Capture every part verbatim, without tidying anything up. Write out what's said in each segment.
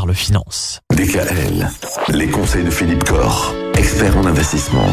parle finance. D K L, les conseils de Philippe Corr, expert en investissement.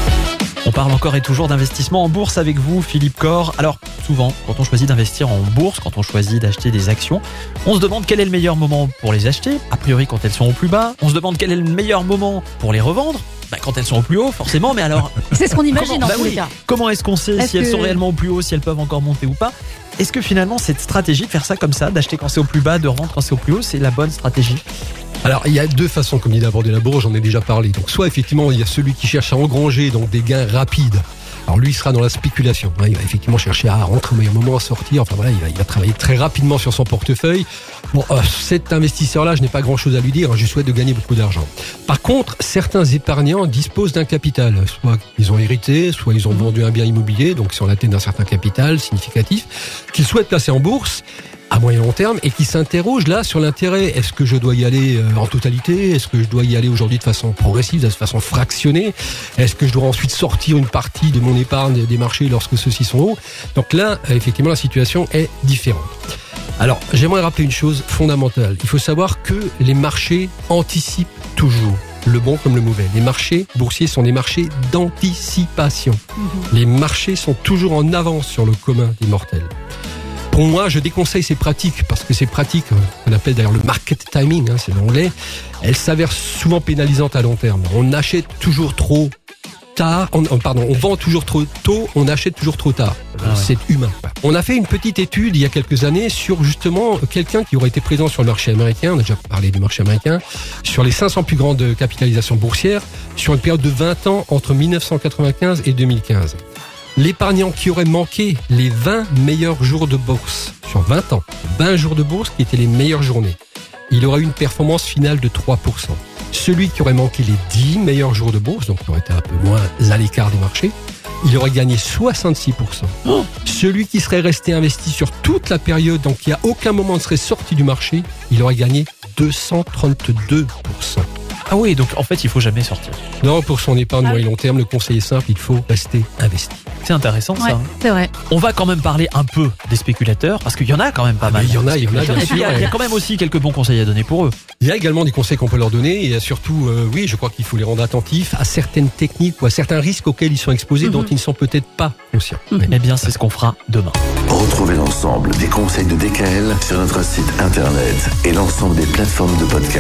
On parle encore et toujours d'investissement en bourse avec vous, Philippe Corr. Alors, souvent, quand on choisit d'investir en bourse, quand on choisit d'acheter des actions, on se demande quel est le meilleur moment pour les acheter, a priori quand elles sont au plus bas. On se demande quel est le meilleur moment pour les revendre, bah, quand elles sont au plus haut, forcément. Mais alors, c'est ce qu'on imagine comment, dans bah tous oui, les cas. Comment est-ce qu'on sait est-ce si elles que... sont réellement au plus haut, si elles peuvent encore monter ou pas? Est-ce que finalement, cette stratégie de faire ça comme ça, d'acheter quand c'est au plus bas, de revendre quand c'est au plus haut, c'est la bonne stratégie? Alors, il y a deux façons, comme dit, d'aborder la bourse, j'en ai déjà parlé. Donc, soit effectivement, il y a celui qui cherche à engranger donc des gains rapides. Alors lui, il sera dans la spéculation. Il va effectivement chercher à rentrer au meilleur moment, à sortir. Enfin voilà, il va, il va travailler très rapidement sur son portefeuille. Bon, euh, cet investisseur-là, je n'ai pas grand-chose à lui dire. Je souhaite de gagner beaucoup d'argent. Par contre, certains épargnants disposent d'un capital. Soit ils ont hérité, soit ils ont vendu un bien immobilier, donc ils sont à la tête d'un certain capital significatif, qu'ils souhaitent placer en bourse à moyen long terme et qui s'interroge là sur l'intérêt. Est-ce que je dois y aller en totalité? Est-ce que je dois y aller aujourd'hui de façon progressive, de façon fractionnée? Est-ce que je dois ensuite sortir une partie de mon épargne des marchés lorsque ceux-ci sont hauts? Donc là, effectivement, la situation est différente. Alors, j'aimerais rappeler une chose fondamentale. Il faut savoir que les marchés anticipent toujours, le bon comme le mauvais. Les marchés boursiers sont des marchés d'anticipation. Mmh. Les marchés sont toujours en avance sur le commun des mortels. Pour moi, je déconseille ces pratiques, parce que ces pratiques, qu'on appelle d'ailleurs le market timing, hein, c'est l'anglais, elles s'avèrent souvent pénalisantes à long terme. On achète toujours trop tard, on, pardon, on vend toujours trop tôt, on achète toujours trop tard. Ah ouais. C'est humain. On a fait une petite étude il y a quelques années sur justement quelqu'un qui aurait été présent sur le marché américain, on a déjà parlé du marché américain, sur les cinq cents plus grandes capitalisations boursières, sur une période de vingt ans entre dix-neuf cent quatre-vingt-quinze et deux mille quinze. L'épargnant qui aurait manqué les vingt meilleurs jours de bourse sur vingt ans, vingt jours de bourse qui étaient les meilleures journées, il aurait eu une performance finale de trois pour cent. Celui qui aurait manqué les dix meilleurs jours de bourse, donc qui aurait été un peu moins à l'écart des marchés, il aurait gagné soixante-six pour cent. Oh. Celui qui serait resté investi sur toute la période, donc qui à aucun moment ne serait sorti du marché, il aurait gagné deux cent trente-deux pour cent. Ah oui, donc en fait, il faut jamais sortir. Non, pour son épargne moyen long terme, le conseil est simple, il faut rester investi. C'est intéressant ça. Ouais, c'est vrai. On va quand même parler un peu des spéculateurs, parce qu'il y en a quand même pas ah mal. Il y en a, il y en a, bien et sûr. Il y, a, il y a quand même aussi quelques bons conseils à donner pour eux. Il y a également des conseils qu'on peut leur donner, et surtout, euh, oui, je crois qu'il faut les rendre attentifs à certaines techniques ou à certains risques auxquels ils sont exposés, mm-hmm. dont ils ne sont peut-être pas conscients. Mm-hmm. Oui. Eh bien, c'est ce qu'on fera demain. Retrouvez l'ensemble des conseils de D K L sur notre site internet et l'ensemble des plateformes de podcast.